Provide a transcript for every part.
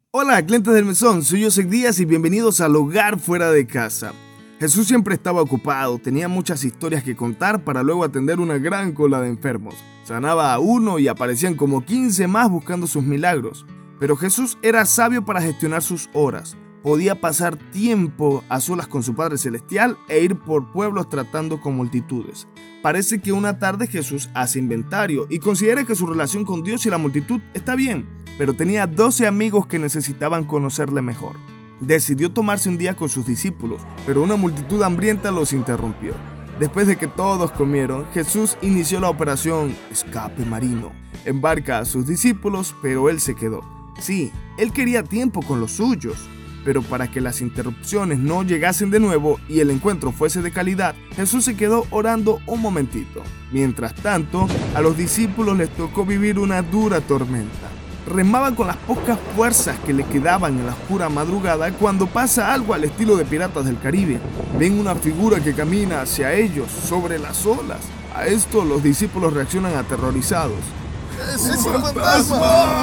Hola, clientes del mesón, soy José Díaz y bienvenidos al Hogar Fuera de Casa. Jesús siempre estaba ocupado, tenía muchas historias que contar para luego atender una gran cola de enfermos. Sanaba a uno y aparecían como 15 más buscando sus milagros. Pero Jesús era sabio para gestionar sus horas. Podía pasar tiempo a solas con su Padre Celestial e ir por pueblos tratando con multitudes. Parece que una tarde Jesús hace inventario y considera que su relación con Dios y la multitud está bien, pero tenía 12 amigos que necesitaban conocerle mejor. Decidió tomarse un día con sus discípulos, pero una multitud hambrienta los interrumpió. Después de que todos comieron, Jesús inició la operación escape marino. Embarca a sus discípulos, pero él se quedó. Sí, él quería tiempo con los suyos, pero para que las interrupciones no llegasen de nuevo y el encuentro fuese de calidad, Jesús se quedó orando un momentito. Mientras tanto, a los discípulos les tocó vivir una dura tormenta. Remaban con las pocas fuerzas que le quedaban en la oscura madrugada cuando pasa algo al estilo de Piratas del Caribe. Ven una figura que camina hacia ellos sobre las olas. A esto los discípulos reaccionan aterrorizados. ¡Es un fantasma!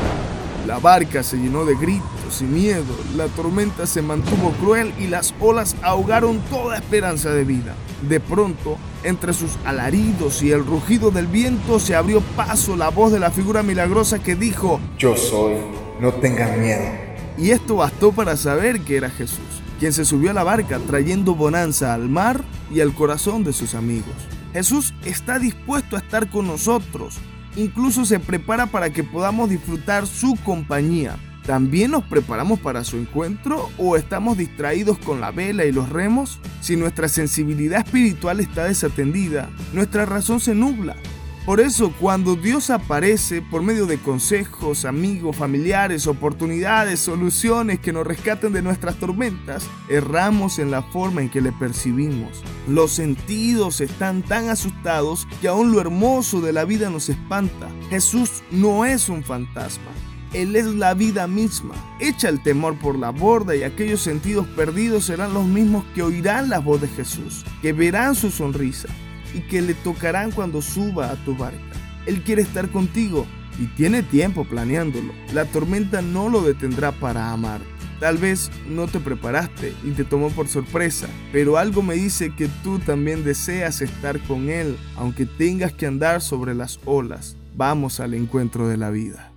La barca se llenó de gritos y miedo, la tormenta se mantuvo cruel y las olas ahogaron toda esperanza de vida. De pronto, entre sus alaridos y el rugido del viento se abrió paso la voz de la figura milagrosa que dijo: Yo soy, no tengan miedo. Y esto bastó para saber que era Jesús, quien se subió a la barca trayendo bonanza al mar y al corazón de sus amigos. Jesús está dispuesto a estar con nosotros. Incluso se prepara para que podamos disfrutar su compañía. ¿También nos preparamos para su encuentro o estamos distraídos con la vela y los remos? Si nuestra sensibilidad espiritual está desatendida, nuestra razón se nubla. Por eso, cuando Dios aparece por medio de consejos, amigos, familiares, oportunidades, soluciones que nos rescaten de nuestras tormentas, erramos en la forma en que le percibimos. Los sentidos están tan asustados que aún lo hermoso de la vida nos espanta. Jesús no es un fantasma. Él es la vida misma. Echa el temor por la borda y aquellos sentidos perdidos serán los mismos que oirán la voz de Jesús, que verán su sonrisa y que le tocarán cuando suba a tu barca. Él quiere estar contigo y tiene tiempo planeándolo. La tormenta no lo detendrá para amar. Tal vez no te preparaste y te tomó por sorpresa, pero algo me dice que tú también deseas estar con Él, aunque tengas que andar sobre las olas. Vamos al encuentro de la vida.